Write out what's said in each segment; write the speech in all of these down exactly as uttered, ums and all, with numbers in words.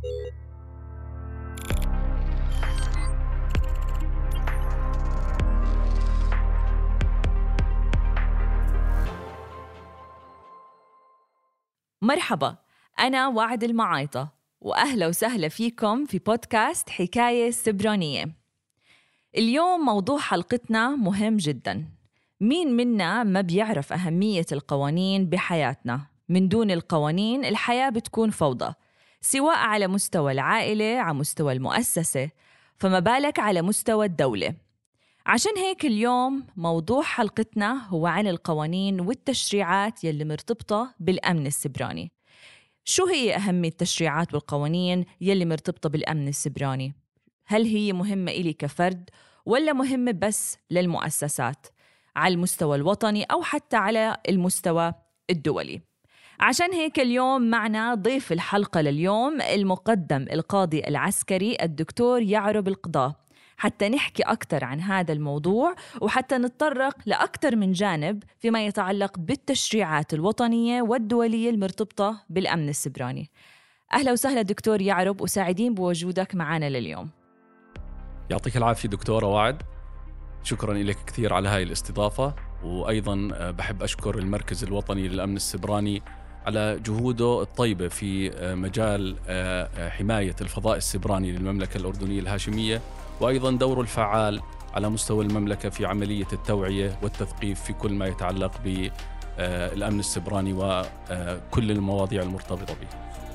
مرحبا، أنا وعد المعايطة، وأهلا وسهلا فيكم في بودكاست حكاية سبرانية. اليوم موضوع حلقتنا مهم جدا. مين منا ما بيعرف أهمية القوانين بحياتنا؟ من دون القوانين الحياة بتكون فوضى، سواء على مستوى العائلة، على مستوى المؤسسة، فما بالك على مستوى الدولة. عشان هيك اليوم موضوع حلقتنا هو عن القوانين والتشريعات يلي مرتبطة بالأمن السبراني. شو هي أهمية التشريعات والقوانين يلي مرتبطة بالأمن السبراني؟ هل هي مهمة إلي كفرد ولا مهمة بس للمؤسسات على المستوى الوطني أو حتى على المستوى الدولي؟ عشان هيك اليوم معنا ضيف الحلقة لليوم المقدم القاضي العسكري الدكتور يعرب القضاة، حتى نحكي أكتر عن هذا الموضوع وحتى نتطرق لأكتر من جانب فيما يتعلق بالتشريعات الوطنية والدولية المرتبطة بالأمن السبراني. أهلا وسهلا دكتور يعرب، وسعيدين بوجودك معنا لليوم. يعطيك العافية دكتورة وعد، شكرا لك كثير على هاي الاستضافة. وأيضا بحب أشكر المركز الوطني للأمن السبراني على جهوده الطيبة في مجال حماية الفضاء السبراني للمملكة الأردنية الهاشمية، وأيضا دوره الفعال على مستوى المملكة في عملية التوعية والتثقيف في كل ما يتعلق بالأمن السبراني وكل المواضيع المرتبطة به.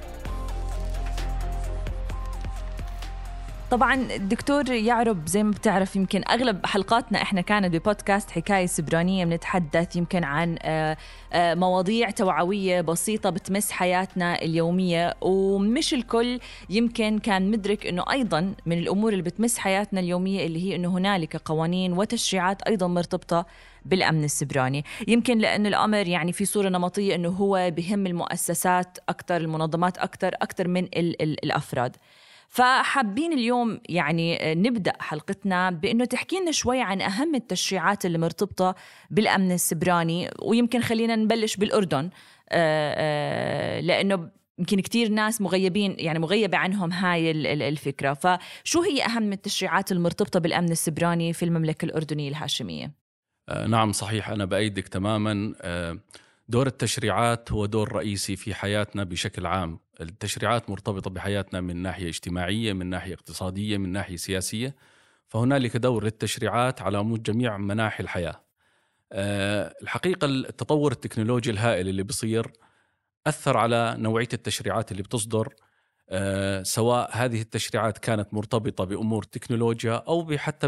طبعا الدكتور يعرب زي ما بتعرف يمكن أغلب حلقاتنا إحنا كانت ببودكاست حكاية سبرانية بنتحدث يمكن عن مواضيع توعوية بسيطة بتمس حياتنا اليومية، ومش الكل يمكن كان مدرك إنه أيضا من الأمور اللي بتمس حياتنا اليومية اللي هي إنه هنالك قوانين وتشريعات أيضا مرتبطة بالأمن السبراني. يمكن لأن الأمر يعني في صورة نمطية إنه هو بهم المؤسسات أكتر، المنظمات أكتر أكتر من ال- ال- الأفراد. فحابين اليوم يعني نبدأ حلقتنا بأنه تحكي لنا شوي عن أهم التشريعات اللي مرتبطة بالأمن السبراني، ويمكن خلينا نبلش بالأردن لأنه يمكن كتير ناس مغيبين يعني مغيبة عنهم هاي الفكرة. فشو هي أهم التشريعات المرتبطة بالأمن السبراني في المملكة الأردنية الهاشمية؟ آه نعم صحيح، أنا بأيدك تماما. آه دور التشريعات هو دور رئيسي في حياتنا بشكل عام. التشريعات مرتبطة بحياتنا من ناحية اجتماعية، من ناحية اقتصادية، من ناحية سياسية، فهنالك دور للتشريعات على جميع مناحي الحياة. أه الحقيقة التطور التكنولوجي الهائل اللي بصير أثر على نوعية التشريعات اللي بتصدر، أه سواء هذه التشريعات كانت مرتبطة بأمور تكنولوجيا أو حتى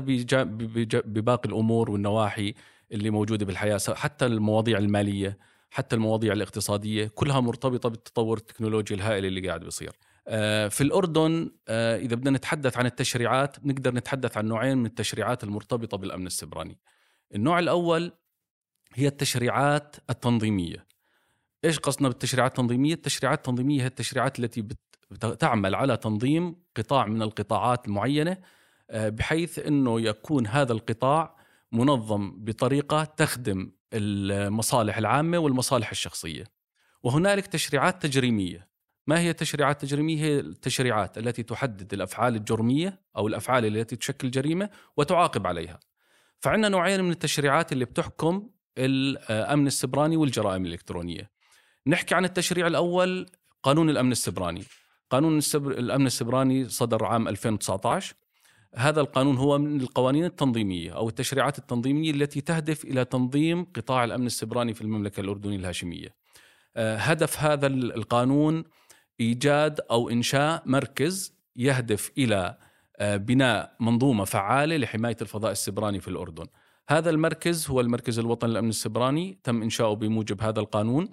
بباقي الأمور والنواحي اللي موجودة بالحياة، حتى المواضيع المالية، حتى المواضيع الاقتصادية، كلها مرتبطة بالتطور التكنولوجي الهائل اللي قاعد بيصير. في الأردن إذا بدنا نتحدث عن التشريعات بنقدر نتحدث عن نوعين من التشريعات المرتبطة بالأمن السبراني. النوع الأول هي التشريعات التنظيمية. إيش قصدنا بالتشريعات التنظيمية؟ التشريعات التنظيمية هي التشريعات التي تعمل على تنظيم قطاع من القطاعات المعينة، بحيث أنه يكون هذا القطاع منظم بطريقة تخدم المصالح العامة والمصالح الشخصية. وهنالك تشريعات تجريمية. ما هي التشريعات التجريمية؟ هي التشريعات التي تحدد الأفعال الجرمية أو الأفعال التي تشكل جريمة وتعاقب عليها. فعندنا نوعين من التشريعات اللي بتحكم الأمن السبراني والجرائم الإلكترونية. نحكي عن التشريع الأول، قانون الأمن السبراني. قانون الأمن السبراني صدر عام ألفين وتسعة عشر. هذا القانون هو من القوانين التنظيمية أو التشريعات التنظيمية التي تهدف إلى تنظيم قطاع الأمن السبراني في المملكة الأردنية الهاشمية. هدف هذا القانون إيجاد أو إنشاء مركز يهدف إلى بناء منظومة فعالة لحماية الفضاء السبراني في الأردن. هذا المركز هو المركز الوطني للأمن السبراني، تم إنشاؤه بموجب هذا القانون.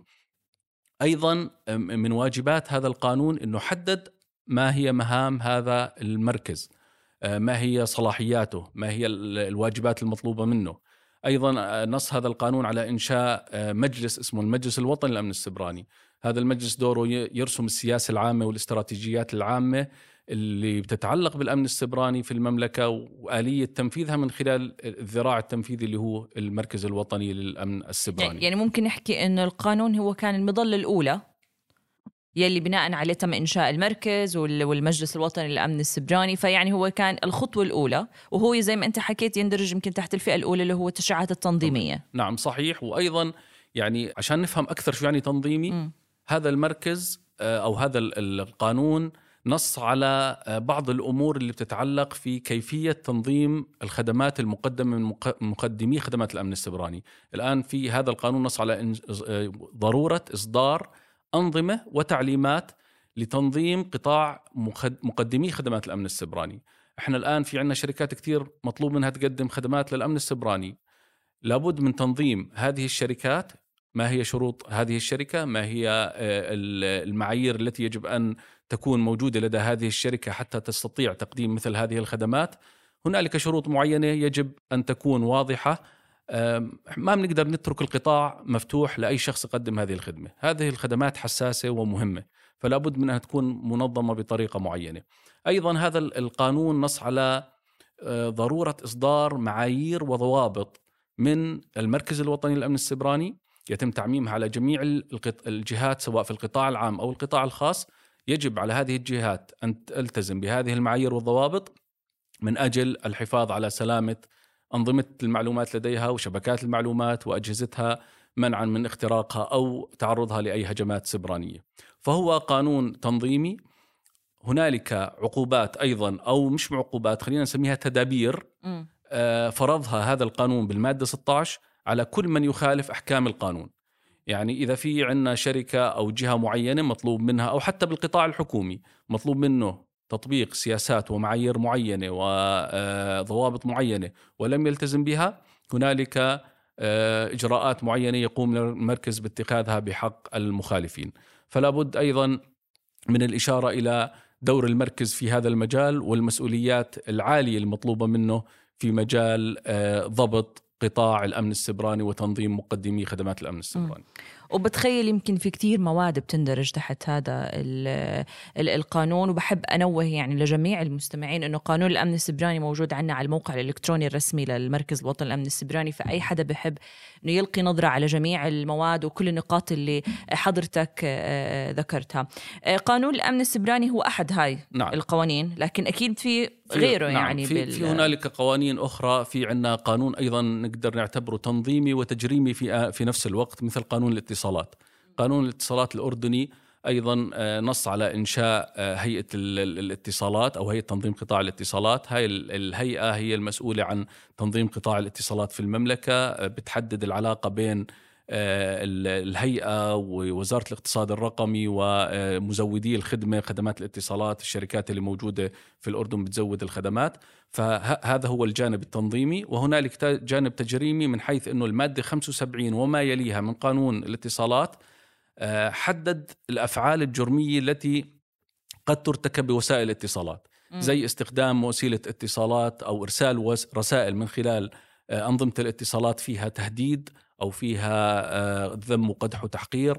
أيضا من واجبات هذا القانون أنه حدد ما هي مهام هذا المركز، ما هي صلاحياته، ما هي الواجبات المطلوبة منه. أيضا نص هذا القانون على إنشاء مجلس اسمه المجلس الوطني للأمن السبراني. هذا المجلس دوره يرسم السياسة العامة والاستراتيجيات العامة اللي بتتعلق بالأمن السبراني في المملكة وآلية تنفيذها من خلال الذراع التنفيذي اللي هو المركز الوطني للأمن السبراني. يعني ممكن نحكي إنه القانون هو كان المظلة الأولى يلي بناء عليه تم إنشاء المركز والمجلس الوطني للأمن السبراني. فيعني هو كان الخطوة الأولى، وهو زي ما أنت حكيت يندرج يمكن تحت الفئة الأولى اللي هو التشريعات التنظيمية. نعم صحيح. وأيضا يعني عشان نفهم أكثر شو يعني تنظيمي، م. هذا المركز أو هذا القانون نص على بعض الأمور اللي بتتعلق في كيفية تنظيم الخدمات المقدمة من مقدمي خدمات الأمن السبراني. الآن في هذا القانون نص على ضرورة إصدار أنظمة وتعليمات لتنظيم قطاع مقدمي خدمات الأمن السبراني. احنا الآن في عنا شركات كتير مطلوب منها تقدم خدمات للأمن السبراني، لابد من تنظيم هذه الشركات. ما هي شروط هذه الشركة؟ ما هي المعايير التي يجب أن تكون موجودة لدى هذه الشركة حتى تستطيع تقديم مثل هذه الخدمات؟ هنالك شروط معينة يجب أن تكون واضحة. ما بنقدر نترك القطاع مفتوح لأي شخص يقدم هذه الخدمة. هذه الخدمات حساسة ومهمة، فلا بد من أن تكون منظمة بطريقة معينة. أيضا هذا القانون نص على ضرورة إصدار معايير وضوابط من المركز الوطني للأمن السبراني، يتم تعميمها على جميع الجهات سواء في القطاع العام أو القطاع الخاص. يجب على هذه الجهات أن تلتزم بهذه المعايير والضوابط من أجل الحفاظ على سلامة أنظمة المعلومات لديها وشبكات المعلومات وأجهزتها، منعا من اختراقها أو تعرضها لأي هجمات سبرانية. فهو قانون تنظيمي. هنالك عقوبات أيضا، أو مش عقوبات، خلينا نسميها تدابير فرضها هذا القانون بالمادة ستة عشر على كل من يخالف أحكام القانون. يعني إذا في عنا شركة أو جهة معينة مطلوب منها، أو حتى بالقطاع الحكومي مطلوب منه تطبيق سياسات ومعايير معينة وضوابط معينة ولم يلتزم بها، هنالك إجراءات معينة يقوم المركز باتخاذها بحق المخالفين. فلا بد أيضا من الإشارة إلى دور المركز في هذا المجال والمسؤوليات العالية المطلوبة منه في مجال ضبط قطاع الأمن السبراني وتنظيم مقدمي خدمات الأمن السبراني. وبتخيل يمكن في كتير مواد بتندرج تحت هذا القانون. وبحب أنوه يعني لجميع المستمعين أنه قانون الأمن السبراني موجود عنا على الموقع الإلكتروني الرسمي للمركز الوطني للأمن السبراني، فأي حدا بحب أنه يلقي نظرة على جميع المواد وكل النقاط اللي حضرتك ذكرتها. قانون الأمن السبراني هو أحد هاي نعم. القوانين، لكن أكيد في غيره. نعم. يعني في, بال... في هنالك قوانين أخرى. في عنا قانون أيضا نقدر نعتبره تنظيمي وتجريمي في في نفس الوقت، مثل قانون الاتصالات. قانون الاتصالات الأردني أيضا نص على إنشاء هيئة الاتصالات أو هيئة تنظيم قطاع الاتصالات. هاي الهيئة هي المسؤولة عن تنظيم قطاع الاتصالات في المملكة، بتحدد العلاقة بين الهيئة ووزارة الاقتصاد الرقمي ومزودي الخدمة، خدمات الاتصالات، الشركات اللي موجودة في الأردن بتزود الخدمات. فهذا هو الجانب التنظيمي. وهنالك جانب تجريمي من حيث أنه المادة خمسة وسبعين وما يليها من قانون الاتصالات حدد الأفعال الجرمية التي قد ترتكب بوسائل الاتصالات، زي استخدام وسيلة اتصالات أو إرسال رسائل من خلال أنظمة الاتصالات فيها تهديد أو فيها ذم وقدح وتحقير.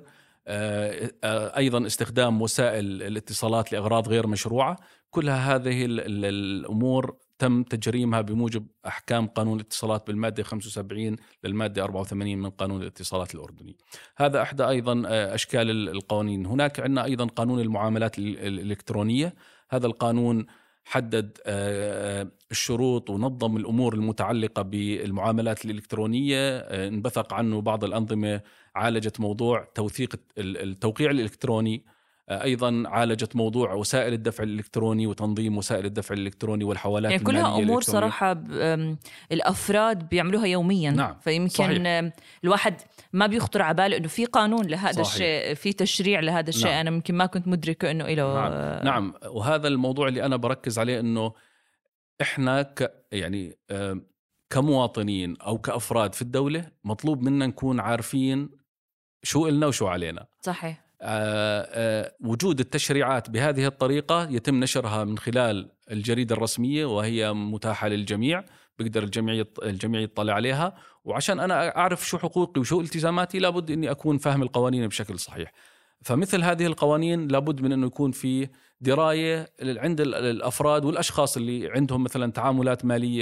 أيضا استخدام وسائل الاتصالات لأغراض غير مشروعة. كلها هذه الأمور تم تجريمها بموجب أحكام قانون الاتصالات بالمادة خمسة وسبعين للمادة أربعة وثمانين من قانون الاتصالات الأردني. هذا أحد أيضا أشكال القوانين. هناك عندنا أيضا قانون المعاملات الإلكترونية. هذا القانون حدد الشروط ونظم الأمور المتعلقة بالمعاملات الإلكترونية. انبثق عنه بعض الأنظمة عالجت موضوع توثيق التوقيع الإلكتروني. أيضا عالجت موضوع وسائل الدفع الإلكتروني وتنظيم وسائل الدفع الإلكتروني والحوالات يعني المالية. كلها أمور صراحة الأفراد بيعملوها يوميا. نعم. فيمكن صحيح. الواحد ما بيخطر على باله إنه في قانون لهذا الشيء، في تشريع لهذا الشيء. نعم. أنا ممكن ما كنت مدركة إنه إله. نعم. نعم. وهذا الموضوع اللي أنا بركز عليه، إنه إحنا ك يعني كمواطنين أو كأفراد في الدولة مطلوب منا نكون عارفين شو إلنا وشو علينا. صحيح. آآ آآ وجود التشريعات بهذه الطريقة يتم نشرها من خلال الجريدة الرسمية، وهي متاحة للجميع، بقدر الجميع الجميع يطلع عليها. وعشان أنا أعرف شو حقوقي وشو التزاماتي لابد إني أكون فاهم القوانين بشكل صحيح. فمثل هذه القوانين لابد من أنه يكون في دراية عند الأفراد والأشخاص اللي عندهم مثلا تعاملات مالية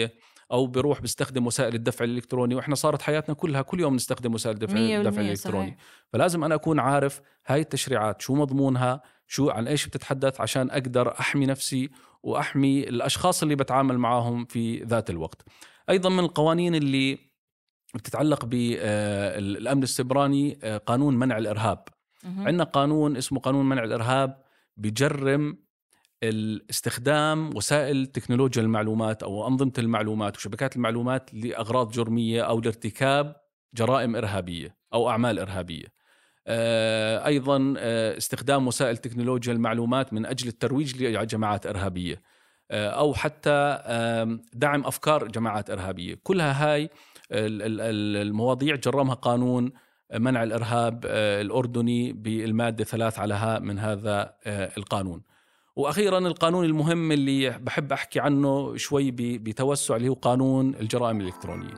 أو بيروح بيستخدم وسائل الدفع الإلكتروني، وإحنا صارت حياتنا كلها كل يوم نستخدم وسائل الدفع, الدفع الإلكتروني. صحيح. فلازم أنا أكون عارف هاي التشريعات شو مضمونها، شو عن إيش بتتحدث، عشان أقدر أحمي نفسي وأحمي الأشخاص اللي بتعامل معهم في ذات الوقت. أيضا من القوانين اللي بتتعلق بالأمن السيبراني قانون منع الإرهاب. عندنا قانون اسمه قانون منع الإرهاب بيجرم الاستخدام وسائل تكنولوجيا المعلومات أو أنظمة المعلومات وشبكات المعلومات لأغراض جرمية أو لارتكاب جرائم إرهابية أو أعمال إرهابية. أيضا استخدام وسائل تكنولوجيا المعلومات من أجل الترويج لجماعات إرهابية أو حتى دعم أفكار جماعات إرهابية. كلها هاي المواضيع جرمها قانون منع الإرهاب الأردني بالمادة ثلاث على ها من هذا القانون. وأخيرا القانون المهم اللي بحب أحكي عنه شوي بتوسع اللي هو قانون الجرائم الإلكترونية.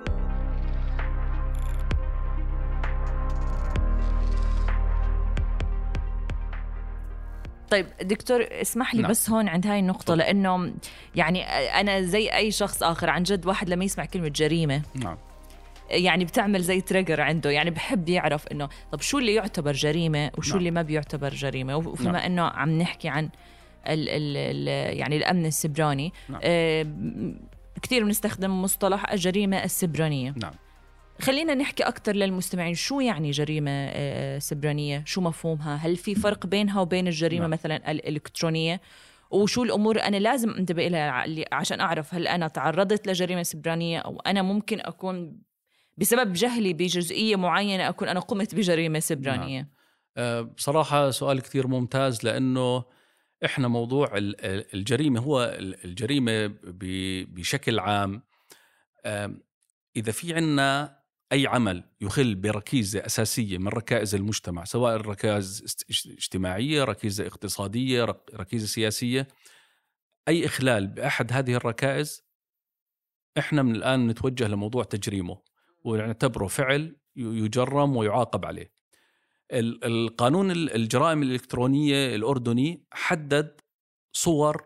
طيب دكتور اسمح لي. نعم. بس هون عند هاي النقطة، لأنه يعني أنا زي أي شخص آخر عن جد واحد لما يسمع كلمة جريمة نعم يعني بتعمل زي تريجر عنده، يعني بحب يعرف إنه طب شو اللي يعتبر جريمة وشو نعم. اللي ما بيعتبر جريمة. وفيما نعم. إنه عم نحكي عن ال ال ال يعني الأمن السيبراني نعم. آه كتير بنستخدم مصطلح الجريمة السيبرانية. نعم. خلينا نحكي أكتر للمستمعين، شو يعني جريمة آه سيبرانية؟ شو مفهومها؟ هل في فرق بينها وبين الجريمة نعم. مثلا الإلكترونية؟ وشو الأمور أنا لازم انتبه لها عشان أعرف هل أنا تعرضت لجريمة سيبرانية أو أنا ممكن أكون بسبب جهلي بجزئية معينة أكون أنا قمت بجريمة سيبرانية؟ نعم. أه بصراحة سؤال كتير ممتاز، لأنه إحنا موضوع الجريمة هو الجريمة بشكل عام. إذا في عنا أي عمل يخل بركيزة أساسية من ركائز المجتمع، سواء الركائز اجتماعية، ركيزة اقتصادية، ركيزة سياسية، أي إخلال بأحد هذه الركائز إحنا من الآن نتوجه لموضوع تجريمه ونعتبره فعل يجرم ويعاقب عليه. القانون الجرائم الإلكترونية الأردني حدد صور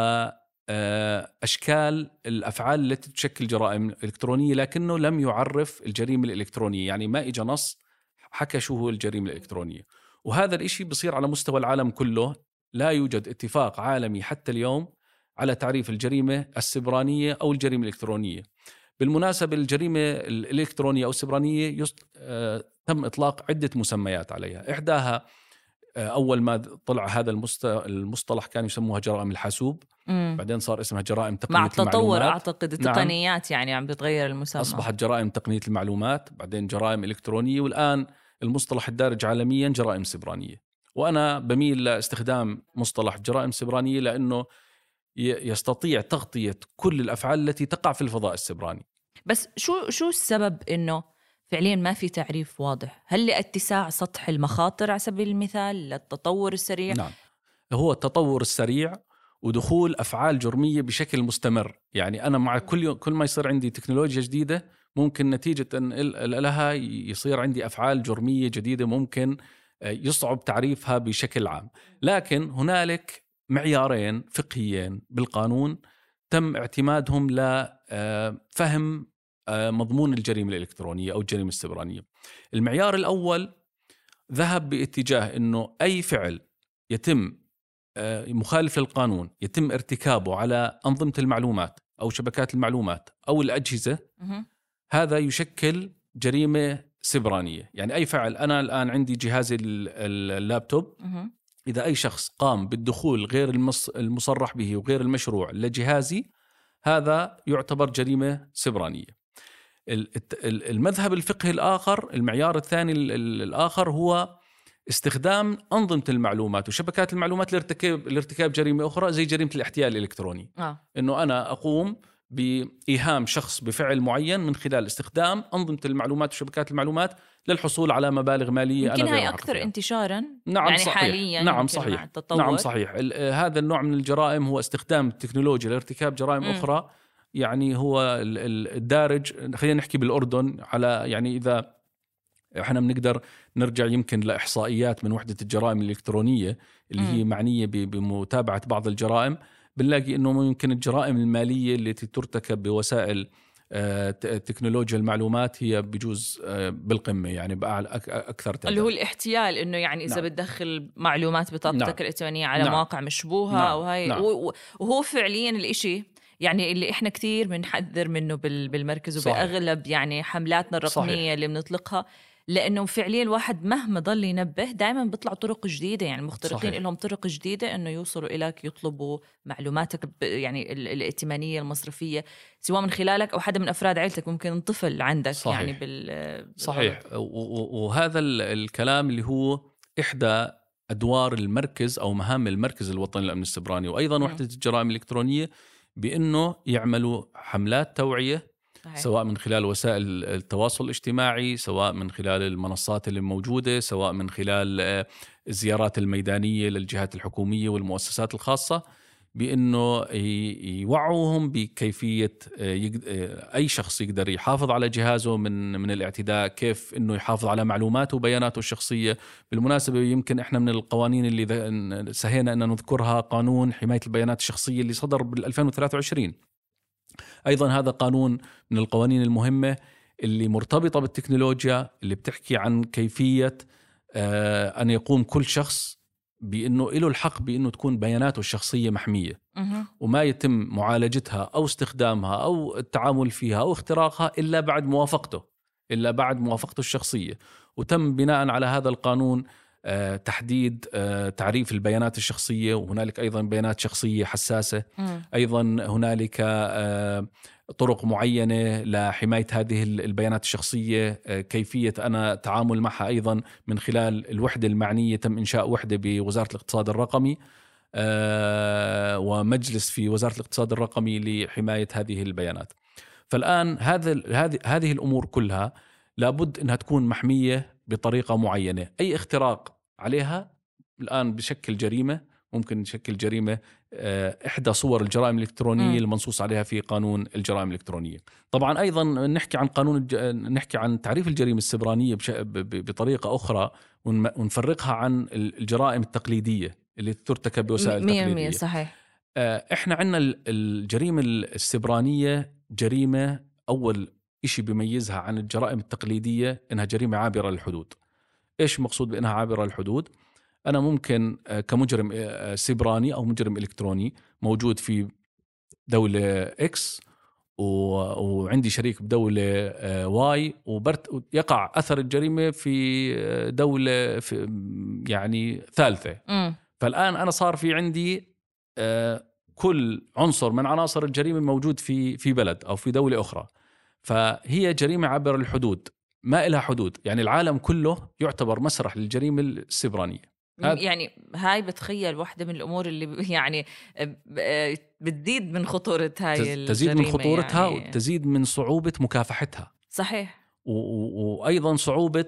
وأشكال الأفعال التي تشكل جرائم إلكترونية، لكنه لم يعرف الجريمة الإلكترونية، يعني ما إجا نص حكى شو هو الجريمة الإلكترونية. وهذا الإشي بصير على مستوى العالم كله، لا يوجد اتفاق عالمي حتى اليوم على تعريف الجريمة السيبرانية أو الجريمة الإلكترونية. بالمناسبة الجريمة الإلكترونية أو السيبرانية يست... آه... تم إطلاق عدة مسميات عليها. إحداها آه أول ما طلع هذا المست... المصطلح كان يسموها جرائم الحاسوب، مم. بعدين صار اسمها جرائم تقنية المعلومات. مع التطور أعتقد التقنيات نعم. يعني عم بتغير المسمى، أصبحت جرائم تقنية المعلومات، بعدين جرائم إلكترونية، والآن المصطلح الدارج عالميا جرائم سيبرانية. وأنا بميل لاستخدام مصطلح جرائم سيبرانية لأنه يستطيع تغطية كل الأفعال التي تقع في الفضاء السيبراني. بس شو شو السبب إنه فعليا ما في تعريف واضح؟ هل لاتساع سطح المخاطر على سبيل المثال، للتطور السريع؟ نعم، هو التطور السريع ودخول أفعال جرمية بشكل مستمر. يعني أنا مع كل كل ما يصير عندي تكنولوجيا جديدة ممكن نتيجة أن لها يصير عندي أفعال جرمية جديدة ممكن يصعب تعريفها بشكل عام. لكن هنالك معيارين فقهيين بالقانون تم اعتمادهم لفهم مضمون الجريمة الإلكترونية أو الجريمة السيبرانية. المعيار الأول ذهب باتجاه أنه أي فعل يتم مخالف للقانون يتم ارتكابه على أنظمة المعلومات أو شبكات المعلومات أو الأجهزة، هذا يشكل جريمة سيبرانية. يعني أي فعل، أنا الآن عندي جهازي اللابتوب، إذا أي شخص قام بالدخول غير المصرح به وغير المشروع لجهازي، هذا يعتبر جريمة سيبرانية. المذهب الفقهي الآخر، المعيار الثاني الآخر، هو استخدام أنظمة المعلومات وشبكات المعلومات لارتكاب لارتكاب جريمة أخرى زي جريمة الاحتيال الإلكتروني. آه. إنه أنا أقوم بإيهام شخص بفعل معين من خلال استخدام أنظمة المعلومات وشبكات المعلومات للحصول على مبالغ مالية. يمكن هاي أكثر فيها. انتشاراً. نعم يعني صحيح. حالياً. نعم صحيح. نعم صحيح. هذا النوع من الجرائم هو استخدام التكنولوجيا لارتكاب جرائم م. أخرى. يعني هو الدارج، خلينا نحكي بالأردن، على يعني إذا احنا بنقدر نرجع يمكن لإحصائيات من وحدة الجرائم الإلكترونية اللي م. هي معنية بمتابعة بعض الجرائم، بنلاقي إنه ممكن الجرائم المالية التي ترتكب بوسائل تكنولوجيا المعلومات هي بجوز بالقمة، يعني بأعلى أكثر تعداد. اللي هو الاحتيال، إنه يعني إذا نعم. بتدخل معلومات بطاقتك نعم. الائتمانية على نعم. مواقع مشبوهة نعم. أو هاي نعم. وهو فعليا الإشي يعني اللي إحنا كتير بنحذر منه بالمركز وبأغلب يعني حملاتنا الرقمية صحيح. اللي بنطلقها، لأنه فعليا الواحد مهما ضل ينبه دائما بيطلع طرق جديدة، يعني المخترقين لهم طرق جديدة إنه يوصلوا إليك يطلبوا معلوماتك يعني الائتمانية المصرفية، سواء من خلالك أو حدا من أفراد عائلتك، ممكن طفل عندك صحيح. يعني بال صحيح. وهذا الكلام اللي هو إحدى أدوار المركز أو مهام المركز الوطني للأمن السبراني وأيضا وحدة الجرائم الإلكترونية، بأنه يعملوا حملات توعية صحيح. سواء من خلال وسائل التواصل الاجتماعي، سواء من خلال المنصات اللي موجودة، سواء من خلال الزيارات الميدانية للجهات الحكومية والمؤسسات الخاصة، بأنه يوعوهم بكيفية أي شخص يقدر يحافظ على جهازه من من الاعتداء، كيف أنه يحافظ على معلوماته وبياناته الشخصية. بالمناسبة يمكن إحنا من القوانين اللي سهينا أن نذكرها قانون حماية البيانات الشخصية اللي صدر بال ألفين وثلاثة وعشرين. أيضا هذا قانون من القوانين المهمة اللي مرتبطة بالتكنولوجيا، اللي بتحكي عن كيفية أن يقوم كل شخص بأنه له الحق بأنه تكون بياناته الشخصية محمية وما يتم معالجتها أو استخدامها أو التعامل فيها أو اختراقها إلا بعد موافقته إلا بعد موافقته الشخصية. وتم بناء على هذا القانون آه تحديد آه تعريف البيانات الشخصية، وهنالك أيضا بيانات شخصية حساسة. م. أيضا هنالك آه طرق معينة لحماية هذه البيانات الشخصية، آه كيفية أنا تعامل معها أيضا من خلال الوحدة المعنية. تم إنشاء وحدة بوزارة الاقتصاد الرقمي آه ومجلس في وزارة الاقتصاد الرقمي لحماية هذه البيانات. فالآن هذا هذه هذه الأمور كلها لابد أنها تكون محمية بطريقة معينة. أي اختراق عليها الآن بشكل جريمة، ممكن يشكل جريمة إحدى صور الجرائم الإلكترونية المنصوص عليها في قانون الجرائم الإلكترونية. طبعا أيضا نحكي عن قانون الج... نحكي عن تعريف الجريمة السبرانية بش... ب... بطريقة أخرى ون... ونفرقها عن الجرائم التقليدية اللي ترتكب بوسائل تقليدية. صحيح. إحنا عندنا الجريمة السبرانية جريمة أول إشي بيميزها عن الجرائم التقليدية إنها جريمة عابرة للحدود. إيش مقصود بأنها عابرة للحدود؟ أنا ممكن كمجرم سبراني أو مجرم إلكتروني موجود في دولة إكس وعندي شريك بدولة واي، وبرت يقع أثر الجريمة في دولة في يعني ثالثة. م. فالآن أنا صار في عندي كل عنصر من عناصر الجريمة موجود في في بلد أو في دولة أخرى، فهي جريمة عبر الحدود ما إلها حدود. يعني العالم كله يعتبر مسرح للجريمة السبرانية. يعني هاي بتخيل واحدة من الأمور اللي يعني بتزيد من خطورة هاي الجريمة، تزيد من خطورتها يعني وتزيد من صعوبة مكافحتها. صحيح. وأيضا صعوبة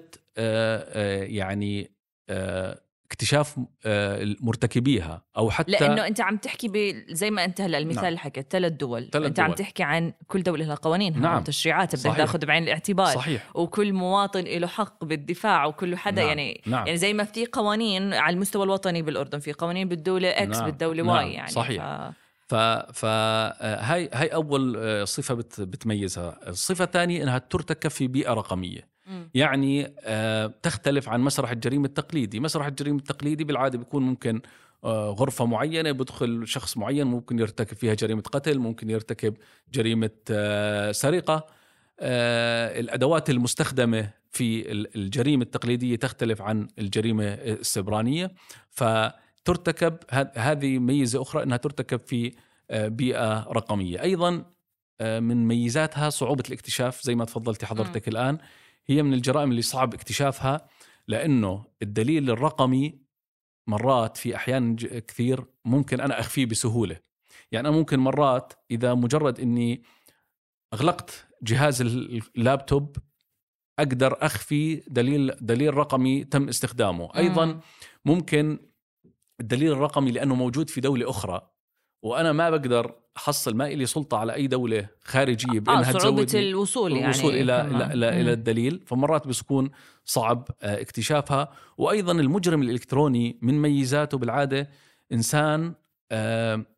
يعني اكتشاف مرتكبيها أو حتى لأنه أنت عم تحكي زي ما أنت هلا المثال اللي حكيت ثلاث دول، أنت دول. عم تحكي عن كل دولة لها قوانينها نعم. وتشريعات بدك تاخذ بعين الاعتبار. صحيح. وكل مواطن له حق بالدفاع وكل حدا نعم. يعني نعم. يعني زي ما في قوانين على المستوى الوطني بالأردن، في قوانين بالدولة إكس نعم. بالدولة نعم. واي يعني صحيح. ف... ف... فهاي هاي أول صفة بت... بتميزها. الصفة الثانية أنها ترتكب في بيئة رقمية. يعني آه تختلف عن مسرح الجريمة التقليدي. مسرح الجريمة التقليدي بالعادة بيكون ممكن آه غرفة معينة بدخل شخص معين، ممكن يرتكب فيها جريمة قتل، ممكن يرتكب جريمة آه سرقة. آه الأدوات المستخدمة في الجريمة التقليدية تختلف عن الجريمة السبرانية، فترتكب هذه ميزة أخرى أنها ترتكب في آه بيئة رقمية. أيضا آه من ميزاتها صعوبة الاكتشاف زي ما تفضلتي حضرتك م. الآن. هي من الجرائم اللي صعب اكتشافها لأنه الدليل الرقمي مرات في أحيان كثير ممكن أنا أخفيه بسهولة. يعني أنا ممكن مرات إذا مجرد أني أغلقت جهاز اللابتوب أقدر أخفي دليل دليل رقمي تم استخدامه. أيضا ممكن الدليل الرقمي لأنه موجود في دولة أخرى وأنا ما بقدر أحصل، ما إلي سلطة على أي دولة خارجية بأنها آه صعوبة الوصول يعني الوصول إلى إلى, إلى, إلى الدليل، فمرات بيكون صعب اكتشافها. وأيضا المجرم الإلكتروني من ميزاته بالعادة إنسان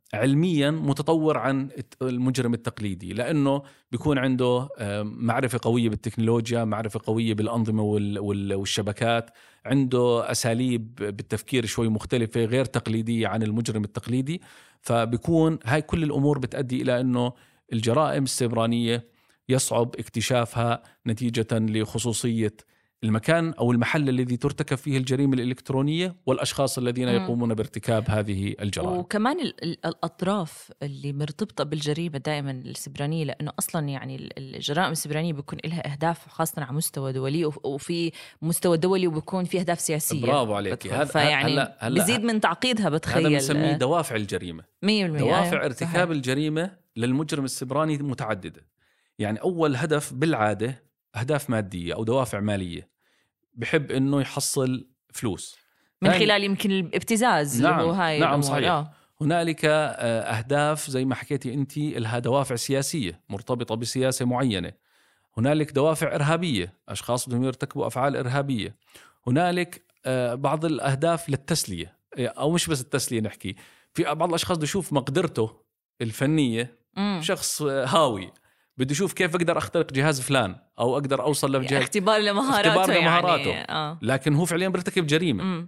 علميا متطور عن المجرم التقليدي، لأنه بيكون عنده معرفة قوية بالتكنولوجيا، معرفة قوية بالأنظمة والشبكات، عنده أساليب بالتفكير شوي مختلفة غير تقليدية عن المجرم التقليدي. فبيكون هاي كل الأمور بتؤدي إلى أنه الجرائم السيبرانية يصعب اكتشافها نتيجة لخصوصية المكان أو المحل الذي ترتكب فيه الجريمة الإلكترونية والأشخاص الذين مم. يقومون بارتكاب هذه الجرائم. وكمان الأطراف اللي مرتبطة بالجريمة دائما السبرانية، لأنه أصلا يعني الجرائم السبرانية بيكون لها أهداف خاصة على مستوى دولي، وفي مستوى دولي وبيكون في أهداف سياسية. برافو عليك. هذا فيعني هلا هلا بزيد من تعقيدها. بتخيل هذا بنسميه دوافع الجريمة. مية بالمية دوافع أيوة. ارتكاب صحيح. الجريمة للمجرم السبراني متعددة. يعني أول هدف بالعادة أهداف مادية أو دوافع مالية، بحب إنه يحصل فلوس من خلال يمكن الابتزاز. نعم اللي هو هاي نعم صحيح. آه. هنالك أهداف زي ما حكيتي أنت لها دوافع سياسية مرتبطة بسياسة معينة. هنالك دوافع إرهابية، أشخاص بدهم يرتكبوا أفعال إرهابية. هنالك بعض الأهداف للتسلية، أو مش بس التسلية، نحكي في بعض الأشخاص بده يشوف مقدرته الفنية. مم. شخص هاوي بده يشوف كيف أقدر أخترق جهاز فلان أو أقدر أوصل لجهاز، اختبار لمهاراته، اختبار لمهاراته. يعني. آه. لكن هو فعليا بيرتكب جريمة. مم.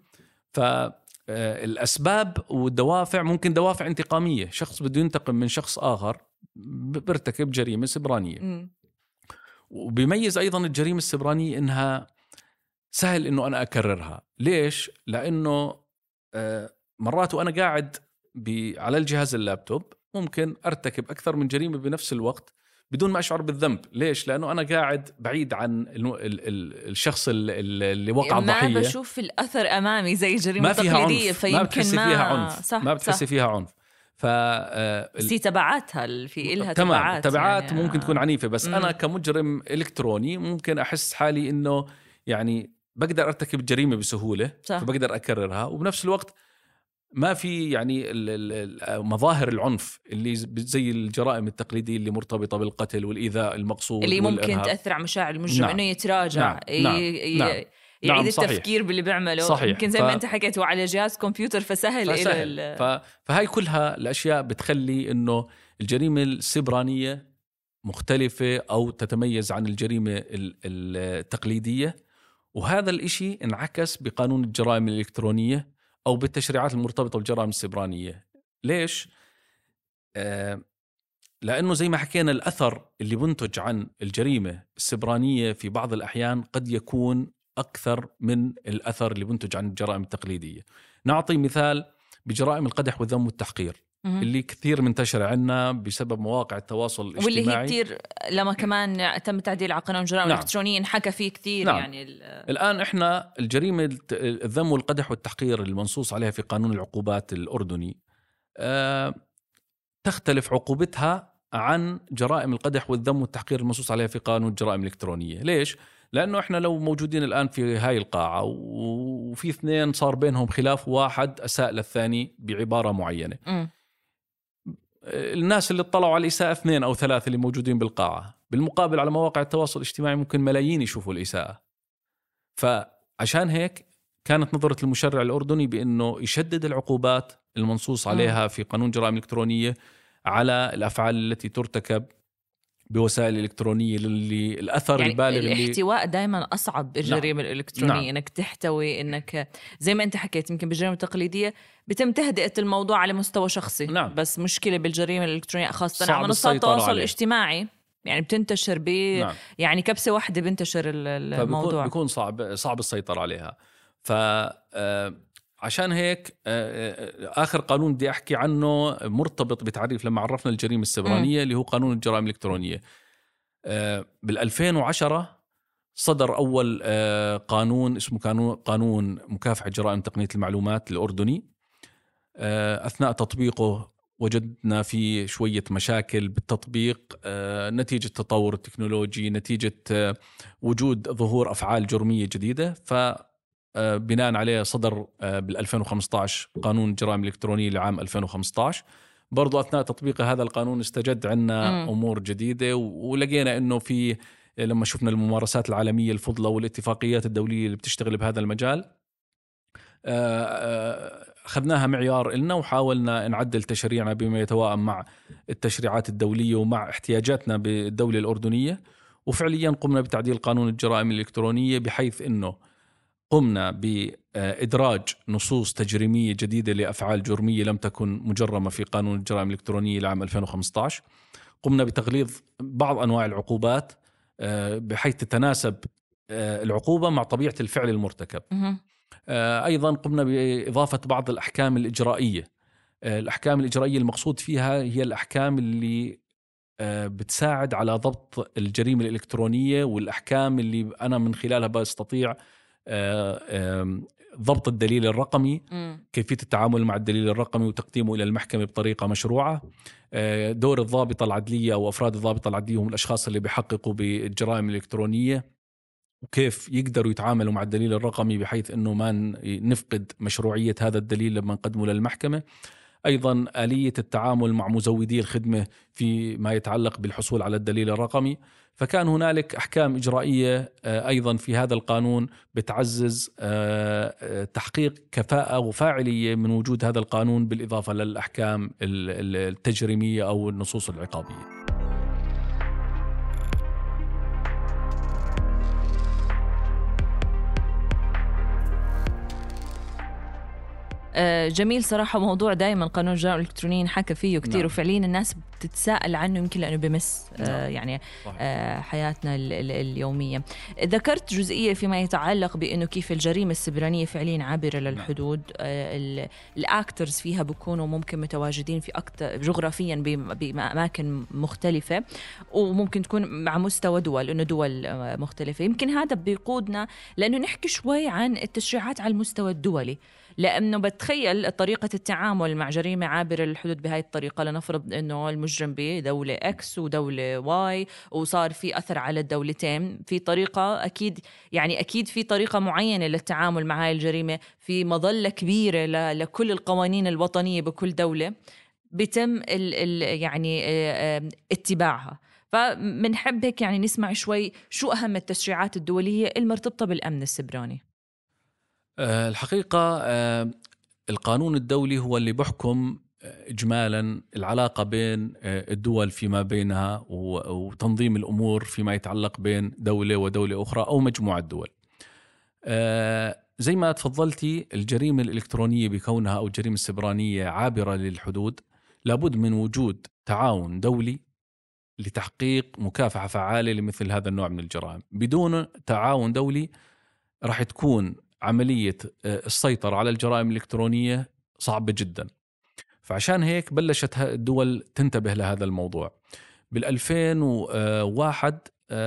فالأسباب والدوافع ممكن دوافع انتقامية، شخص بده ينتقم من شخص آخر بيرتكب جريمة سبرانية. مم. وبيميز أيضا الجريمة السبرانية إنها سهل إنه أنا أكررها. ليش؟ لأنه مرات وأنا قاعد على الجهاز اللابتوب ممكن أرتكب أكثر من جريمة بنفس الوقت بدون ما أشعر بالذنب. ليش؟ لأنه أنا قاعد بعيد عن ال ال ال الشخص اللي وقع الضحية. ما بشوف الأثر أمامي زي الجريمة التقليدية، فيمكن ما بتحسي ما فيها عنف. صح ما بتحسي صح. فيها عنف. ف في تبعاتها، في إلها تمام. تبعات تبعات يعني ممكن تكون عنيفة، بس مم. أنا كمجرم إلكتروني ممكن أحس حالي إنه يعني بقدر أرتكب جريمة بسهولة، صح. فبقدر أكررها، وبنفس الوقت ما في يعني مظاهر العنف اللي زي الجرائم التقليدية اللي مرتبطة بالقتل والإيذاء المقصود اللي ممكن والإرهاب. تأثر على مشاعر المجرم. نعم. إنه يتراجع. نعم. ي... نعم. ي... نعم. يعيد نعم. التفكير باللي بيعمله. صحيح. يمكن زي ف... ما أنت حكيت على جهاز كمبيوتر، فسهل, فسهل. إلى ف... فهاي كلها الأشياء بتخلي إنه الجريمة السبرانية مختلفة أو تتميز عن الجريمة التقليدية. وهذا الإشي انعكس بقانون الجرائم الإلكترونية أو بالتشريعات المرتبطة بالجرائم السبرانية. ليش؟ آه لأنه زي ما حكينا الأثر اللي بنتج عن الجريمة السبرانية في بعض الأحيان قد يكون أكثر من الأثر اللي بنتج عن الجرائم التقليدية. نعطي مثال بجرائم القدح والذم والتحقير اللي كثير منتشرة عنا بسبب مواقع التواصل الاجتماعي، واللي هي كثير لما كمان تم تعديل على قانون الجرائم نعم. الإلكترونية انحكى فيه كثير. نعم. يعني الآن إحنا الجريمة الذم والقدح والتحقير المنصوص عليها في قانون العقوبات الأردني أه تختلف عقوبتها عن جرائم القدح والذم والتحقير المنصوص عليها في قانون الجرائم الإلكترونية. ليش؟ لأنه إحنا لو موجودين الآن في هاي القاعة وفي اثنين صار بينهم خلاف، واحد أساء للثاني بعبارة معينة، م. الناس اللي اطلعوا على الإساءة اثنين أو ثلاثة اللي موجودين بالقاعة، بالمقابل على مواقع التواصل الاجتماعي ممكن ملايين يشوفوا الإساءة. فعشان هيك كانت نظرة المشرع الأردني بأنه يشدد العقوبات المنصوص عليها في قانون الجرائم الإلكترونية على الأفعال التي ترتكب بوسائل إلكترونية اللي الأثر يعني البالغ. الاحتواء دائما أصعب بالجريمة نعم. الإلكترونية. نعم. إنك تحتوي، إنك زي ما أنت حكيت يمكن بالجريمة التقليدية بتم تهدئة الموضوع على مستوى شخصي. نعم. بس مشكلة بالجريمة الإلكترونية خاصة على منصات التواصل الاجتماعي، يعني بتنتشر ب نعم. يعني كبسة واحدة بنتشر الموضوع، بيكون صعب صعب السيطرة عليها. ف عشان هيك آخر قانون بدي أحكي عنه مرتبط بتعريف لما عرفنا الجريمة السبرانية م. اللي هو قانون الجرائم الإلكترونية. بالألفين وعشرة صدر أول قانون اسمه قانون مكافحة جرائم تقنية المعلومات الأردني. أثناء تطبيقه وجدنا فيه شوية مشاكل بالتطبيق نتيجة تطور التكنولوجي، نتيجة وجود ظهور أفعال جرمية جديدة. ف بناء عليه صدر بالألفين وخمسة عشر قانون الجرائم الإلكترونية لعام ألفين وخمسة عشر. برضو أثناء تطبيق هذا القانون استجد عنا م. أمور جديدة، ولقينا أنه في لما شفنا الممارسات العالمية الفضلة والاتفاقيات الدولية اللي بتشتغل بهذا المجال أخذناها معيار إلنا وحاولنا نعدل تشريعنا بما يتوائم مع التشريعات الدولية ومع احتياجاتنا بالدولة الأردنية. وفعليا قمنا بتعديل قانون الجرائم الإلكترونية بحيث أنه قمنا بإدراج نصوص تجريمية جديدة لأفعال جرمية لم تكن مجرمة في قانون الجرائم الإلكترونية لعام ألفين وخمسة عشر. قمنا بتغليظ بعض أنواع العقوبات بحيث تتناسب العقوبة مع طبيعة الفعل المرتكب. أيضا قمنا بإضافة بعض الأحكام الإجرائية. الأحكام الإجرائية المقصود فيها هي الأحكام اللي بتساعد على ضبط الجريمة الإلكترونية، والأحكام اللي أنا من خلالها بستطيع ضبط الدليل الرقمي، كيفية التعامل مع الدليل الرقمي وتقديمه إلى المحكمة بطريقة مشروعة. دور الضابطة العدلية أو أفراد الضابطة العدلية هم الأشخاص اللي بيحققوا بالجرائم الإلكترونية، وكيف يقدروا يتعاملوا مع الدليل الرقمي بحيث أنه ما نفقد مشروعية هذا الدليل لما نقدمه للمحكمة. أيضا آلية التعامل مع مزودي الخدمة في ما يتعلق بالحصول على الدليل الرقمي. فكان هنالك أحكام إجرائية أيضا في هذا القانون بتعزز تحقيق كفاءة وفاعلية من وجود هذا القانون، بالإضافة للأحكام التجريمية أو النصوص العقابية. جميل صراحة. موضوع دائما قانون الجرائم الإلكترونية حكى فيه كتير. نعم. وفعليا الناس بتتساءل عنه يمكن لأنه بمس نعم. آه يعني آه حياتنا ال ال اليومية. ذكرت جزئية فيما يتعلق بأنه كيف الجريمة السبرانية فعليا عابرة للحدود. نعم. آه الأكترز فيها بيكونوا ممكن متواجدين في أكتر جغرافيا بأماكن مختلفة، وممكن تكون مع مستوى دول، إنه دول مختلفة. يمكن هذا بيقودنا لأنه نحكي شوي عن التشريعات على المستوى الدولي، لأنه بتخيل طريقة التعامل مع جريمة عابرة للحدود بهاي الطريقة. لنفرض أنه المجرم بدولة إكس ودولة واي وصار في أثر على الدولتين، في طريقة أكيد يعني أكيد في طريقة معينة للتعامل مع هاي الجريمة، في مظلة كبيرة لكل القوانين الوطنية بكل دولة بتم ال ال يعني اتباعها. فمنحب هيك يعني نسمع شوي شو أهم التشريعات الدولية المرتبطة بالأمن السبراني. الحقيقة القانون الدولي هو اللي بحكم إجمالا العلاقة بين الدول فيما بينها وتنظيم الأمور فيما يتعلق بين دولة ودولة أخرى أو مجموعة دول. زي ما تفضلتي، الجريمة الإلكترونية بكونها أو الجريمة السبرانية عابرة للحدود لابد من وجود تعاون دولي لتحقيق مكافحة فعالة لمثل هذا النوع من الجرائم. بدون تعاون دولي راح تكون عملية السيطرة على الجرائم الإلكترونية صعبة جدا. فعشان هيك بلشت الدول تنتبه لهذا الموضوع. بالألفين وواحد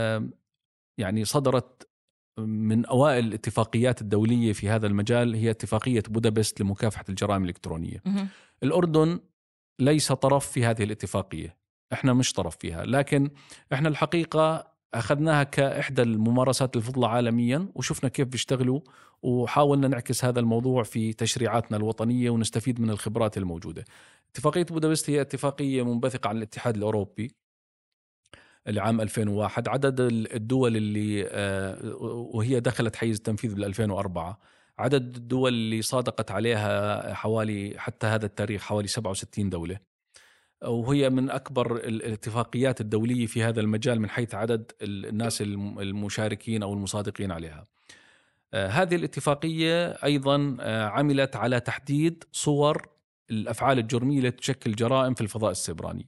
يعني صدرت من أوائل الاتفاقيات الدولية في هذا المجال هي اتفاقية بودابست لمكافحة الجرائم الإلكترونية. الأردن ليس طرف في هذه الاتفاقية، احنا مش طرف فيها، لكن احنا الحقيقة أخذناها كإحدى الممارسات الفضلى عالميا وشفنا كيف بيشتغلوا، وحاولنا نعكس هذا الموضوع في تشريعاتنا الوطنية ونستفيد من الخبرات الموجودة. اتفاقية بودابست هي اتفاقية منبثقة عن الاتحاد الأوروبي لعام ألفين وواحد. عدد الدول اللي وهي دخلت حيز التنفيذ بال ألفين وأربعة، عدد الدول اللي صادقت عليها حوالي حتى هذا التاريخ حوالي سبعة وستين دولة، وهي من أكبر الاتفاقيات الدولية في هذا المجال من حيث عدد الناس المشاركين أو المصادقين عليها. هذه الاتفاقية أيضا عملت على تحديد صور الأفعال الجرمية التي تشكل جرائم في الفضاء السبراني.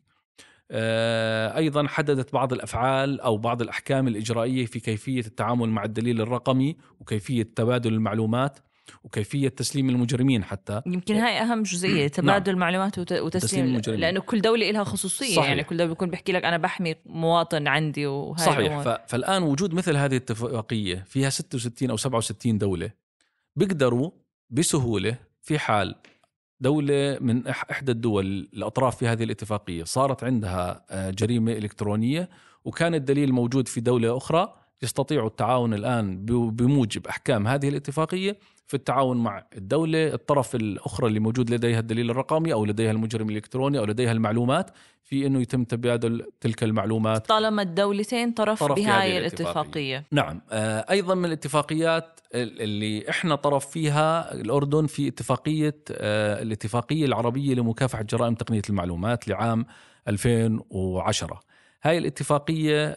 أيضا حددت بعض الأفعال أو بعض الأحكام الإجرائية في كيفية التعامل مع الدليل الرقمي وكيفية تبادل المعلومات وكيفية تسليم المجرمين. حتى يمكن هاي أهم جزئية، تبادل المعلومات نعم. وتسليم المجرمين، لأنه كل دولة لها خصوصية. صحيح. يعني كل دولة بيكون بيحكي لك أنا بحمي مواطن عندي وهاي صحيح. ف... فالآن وجود مثل هذه الاتفاقية فيها ستة وستين أو سبعة وستين دولة بيقدروا بسهولة في حال دولة من إحدى الدول الأطراف في هذه الاتفاقية صارت عندها جريمة إلكترونية وكان الدليل موجود في دولة أخرى، يستطيعوا التعاون الآن بموجب أحكام هذه الاتفاقية في التعاون مع الدولة الطرف الأخرى اللي موجود لديها الدليل الرقمي أو لديها المجرم الإلكتروني أو لديها المعلومات في أنه يتم تبادل تلك المعلومات طالما الدولتين طرف, طرف بهاي الاتفاقية. نعم. أيضا من الاتفاقيات اللي إحنا طرف فيها الأردن في اتفاقية الاتفاقية العربية لمكافحة جرائم تقنية المعلومات لعام ألفين وعشرة. هاي الاتفاقية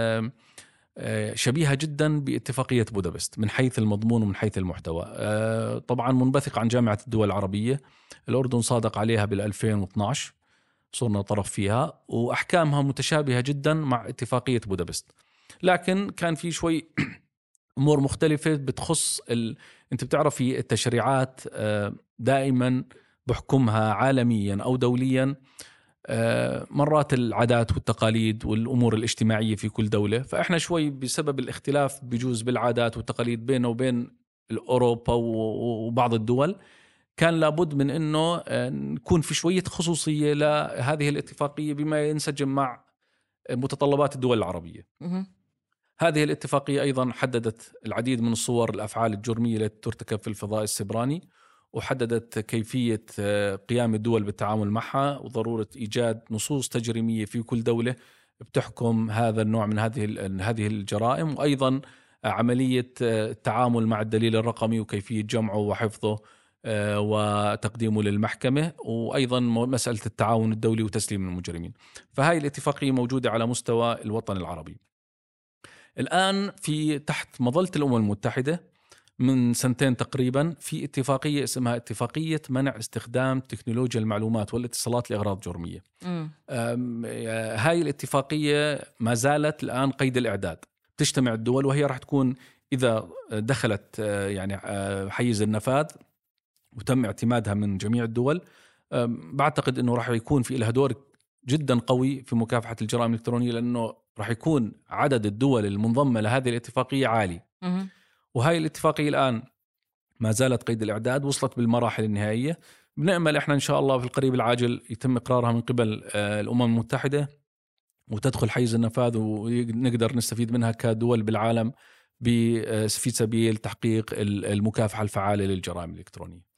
شبيهة جدا باتفاقية بودابست من حيث المضمون ومن حيث المحتوى. طبعا منبثق عن جامعة الدول العربية، الأردن صادق عليها بالألفين واثناشر، صرنا طرف فيها، وأحكامها متشابهة جدا مع اتفاقية بودابست، لكن كان في شوي أمور مختلفة بتخص ال... أنت بتعرف في التشريعات دائما بحكمها عالميا أو دوليا مرات العادات والتقاليد والأمور الاجتماعية في كل دولة، فإحنا شوي بسبب الاختلاف بجوز بالعادات والتقاليد بينه وبين أوروبا وبعض الدول كان لابد من أنه نكون في شوية خصوصية لهذه الاتفاقية بما ينسجم مع متطلبات الدول العربية. هذه الاتفاقية أيضا حددت العديد من الصور الأفعال الجرمية التي ترتكب في الفضاء السبراني، وحددت كيفية قيام الدول بالتعامل معها وضرورة إيجاد نصوص تجريمية في كل دولة بتحكم هذا النوع من هذه هذه الجرائم، وأيضا عملية التعامل مع الدليل الرقمي وكيفية جمعه وحفظه وتقديمه للمحكمة، وأيضا مسألة التعاون الدولي وتسليم المجرمين. فهاي الاتفاقية موجودة على مستوى الوطن العربي. الآن في تحت مظلة الأمم المتحدة من سنتين تقريبا في اتفاقية اسمها اتفاقية منع استخدام تكنولوجيا المعلومات والاتصالات لأغراض جرمية. هاي الاتفاقية ما زالت الآن قيد الإعداد، تجتمع الدول وهي راح تكون إذا دخلت يعني حيز النفاذ وتم اعتمادها من جميع الدول، بعتقد أنه راح يكون في لها دور جدا قوي في مكافحة الجرائم الإلكترونية، لأنه راح يكون عدد الدول المنضمة لهذه الاتفاقية عالي. وهاي الاتفاقية الآن ما زالت قيد الإعداد، وصلت بالمراحل النهائية. بنأمل إحنا إن شاء الله في القريب العاجل يتم إقرارها من قبل الأمم المتحدة وتدخل حيز النفاذ ونقدر نستفيد منها كدول بالعالم في سبيل تحقيق المكافحة الفعالة للجرائم الإلكترونية.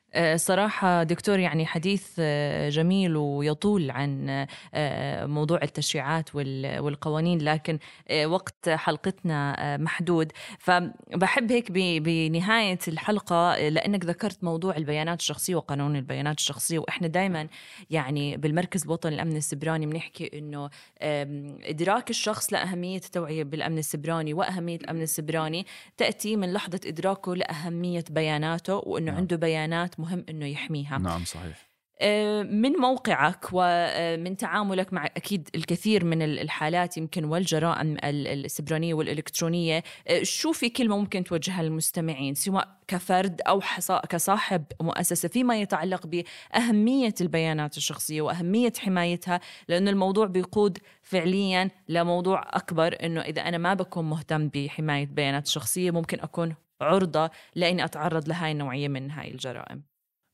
صراحة دكتور يعني حديث جميل ويطول عن موضوع التشريعات والقوانين، لكن وقت حلقتنا محدود، فبحب هيك بنهاية الحلقة لأنك ذكرت موضوع البيانات الشخصية وقانون البيانات الشخصية، وإحنا دايما يعني بالمركز الوطني للأمن السبراني بنحكي إنه إدراك الشخص لأهمية التوعية بالأمن السبراني وأهمية الأمن السبراني تأتي من لحظة إدراكه لأهمية بياناته، وإنه عنده بيانات مهم إنه يحميها. نعم صحيح. من موقعك ومن تعاملك مع أكيد الكثير من الحالات يمكن والجرائم السبرانية والإلكترونية، شو في كلمة ممكن توجهها للمستمعين سواء كفرد أو كصاحب مؤسسة فيما يتعلق بأهمية البيانات الشخصية وأهمية حمايتها؟ لأن الموضوع بيقود فعليا لموضوع أكبر، إنه إذا أنا ما بكون مهتم بحماية بيانات الشخصية ممكن أكون عرضة لأني أتعرض لهاي النوعية من هاي الجرائم.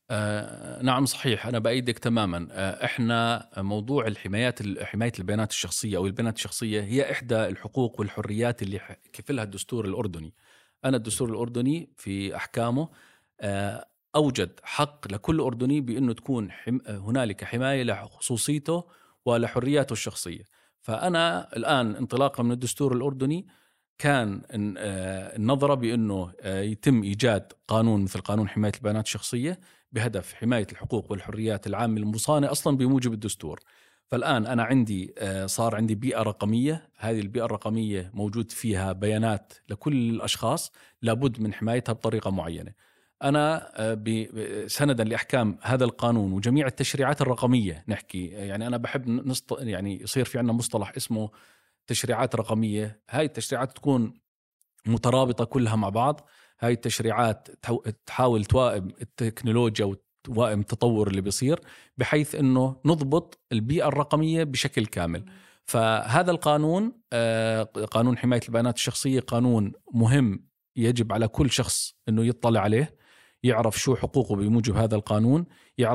آه نعم صحيح، أنا بأيدك تماما. آه إحنا موضوع الحمايات حماية البيانات الشخصية أو البيانات الشخصية هي إحدى الحقوق والحريات اللي كفلها الدستور الأردني. أنا الدستور الأردني في أحكامه آه أوجد حق لكل أردني بأنه تكون حم... هنالك حماية لخصوصيته ولحرياته الشخصية. فأنا الآن انطلاقا من الدستور الأردني كان النظرة بأنه يتم إيجاد قانون مثل قانون حماية البيانات الشخصية بهدف حماية الحقوق والحريات العامة المصانة أصلا بموجب الدستور. فالآن أنا عندي صار عندي بيئة رقمية، هذه البيئة الرقمية موجود فيها بيانات لكل الأشخاص لابد من حمايتها بطريقة معينة. أنا سندا لأحكام هذا القانون وجميع التشريعات الرقمية نحكي، يعني أنا بحب نسط... يعني يصير في عندنا مصطلح اسمه تشريعات رقمية. هاي التشريعات تكون مترابطة كلها مع بعض، هاي التشريعات تحاول توائم التكنولوجيا وتوائم التطور اللي بيصير بحيث أنه نضبط البيئة الرقمية بشكل كامل. فهذا القانون قانون حماية البيانات الشخصية قانون مهم، يجب على كل شخص أنه يطلع عليه، يعرف شو حقوقه بموجب هذا القانون، يعرف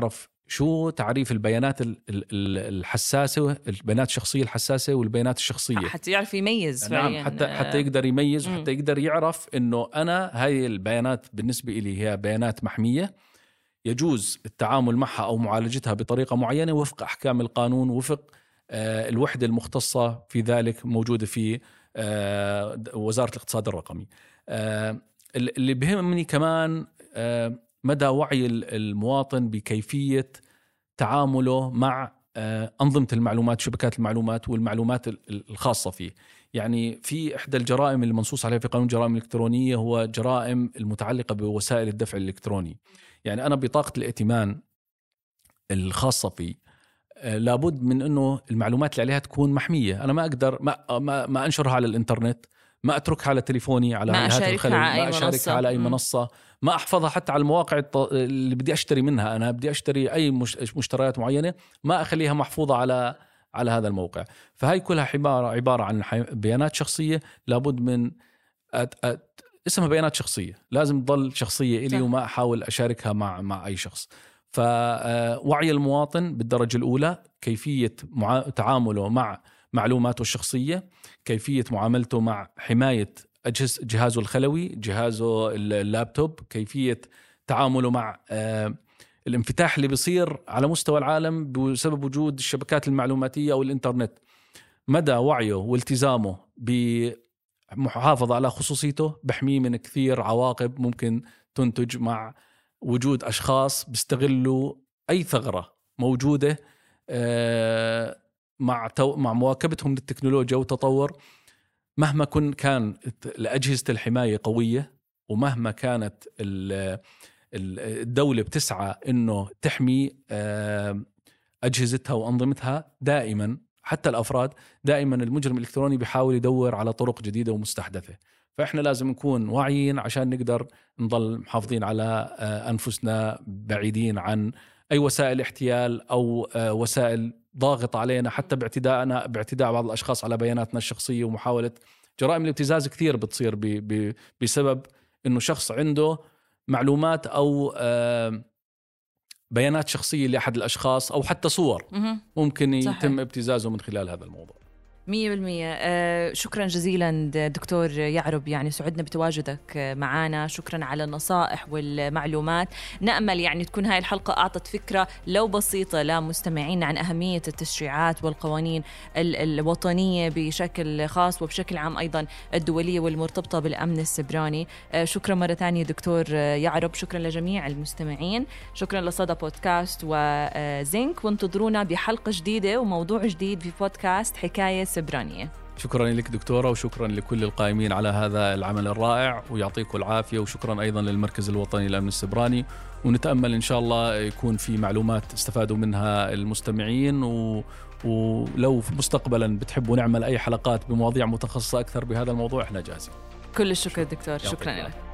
شو تعريف البيانات الحساسة، البيانات الشخصية الحساسة والبيانات الشخصية، حتى يعرف يميز. نعم، حتى حتى يقدر يميز، وحتى يقدر يعرف إنه أنا هاي البيانات بالنسبة إلي هي بيانات محمية، يجوز التعامل معها أو معالجتها بطريقة معينة وفق أحكام القانون، وفق آه الوحدة المختصة في ذلك موجودة في آه وزارة الاقتصاد الرقمي. آه اللي بهمني كمان آه مدى وعي المواطن بكيفية تعامله مع أنظمة المعلومات، شبكات المعلومات والمعلومات الخاصة فيه. يعني في إحدى الجرائم اللي منصوص عليها في قانون الجرائم الإلكترونية هو جرائم المتعلقة بوسائل الدفع الإلكتروني. يعني أنا بطاقة الائتمان الخاصة فيه لابد من أنه المعلومات اللي عليها تكون محمية. أنا ما أقدر ما, ما, ما أنشرها على الإنترنت، ما أتركها على تليفوني على الهاتف الخلوي، ما أشاركها على أي منصة، ما أحفظها حتى على المواقع اللي بدي أشتري منها. أنا بدي أشتري أي مشتريات معينة ما أخليها محفوظة على على هذا الموقع. فهاي كلها عبارة عبارة عن بيانات شخصية، لابد من أت أت اسمها بيانات شخصية، لازم تضل شخصية إلي وما أحاول أشاركها مع مع أي شخص. فوعي المواطن بالدرجة الأولى، كيفية تعامله مع معلوماته الشخصية، كيفية معاملته مع حماية أجهزة جهازه الخلوي، جهازه اللابتوب، كيفية تعامله مع الانفتاح اللي بيصير على مستوى العالم بسبب وجود الشبكات المعلوماتية أو الإنترنت، مدى وعيه والتزامه بمحافظة على خصوصيته بحميه من كثير عواقب ممكن تنتج مع وجود أشخاص بيستغلوا أي ثغرة موجودة مع مع مواكبتهم للتكنولوجيا والتطور. مهما كن كان الأجهزة الحماية قوية، ومهما كانت الدولة بتسعى إنه تحمي أجهزتها وأنظمتها، دائما حتى الأفراد دائما المجرم الإلكتروني بيحاول يدور على طرق جديدة ومستحدثة. فإحنا لازم نكون واعيين عشان نقدر نضل محافظين على أنفسنا، بعيدين عن أي وسائل احتيال أو وسائل ضاغط علينا، حتى باعتداءنا باعتداء بعض الأشخاص على بياناتنا الشخصية، ومحاولة جرائم الابتزاز كثير بتصير ب ب بسبب إنه شخص عنده معلومات أو بيانات شخصية لأحد الأشخاص، أو حتى صور ممكن يتم صحيح. ابتزازه من خلال هذا الموضوع. مية بالمية. آه شكرا جزيلا دكتور يعرب، يعني سعدنا بتواجدك معنا. شكرا على النصائح والمعلومات. نأمل يعني تكون هاي الحلقة أعطت فكرة لو بسيطة لمستمعين عن أهمية التشريعات والقوانين الوطنية بشكل خاص، وبشكل عام أيضا الدولية والمرتبطة بالأمن السبراني. آه شكرا مرة تانية دكتور يعرب. شكرا لجميع المستمعين. شكرا لصدى بودكاست وزينك، وانتظرونا بحلقة جديدة وموضوع جديد في بودكاست حكاية سبرانية. شكرا لك دكتورة، وشكرا لكل القائمين على هذا العمل الرائع، ويعطيكم العافية. وشكرا أيضا للمركز الوطني للأمن السبراني، ونتأمل إن شاء الله يكون في معلومات استفادوا منها المستمعين. و... ولو مستقبلا بتحبوا نعمل أي حلقات بمواضيع متخصصة أكثر بهذا الموضوع، إحنا جاهزين. كل الشكر دكتور. شكرا لك.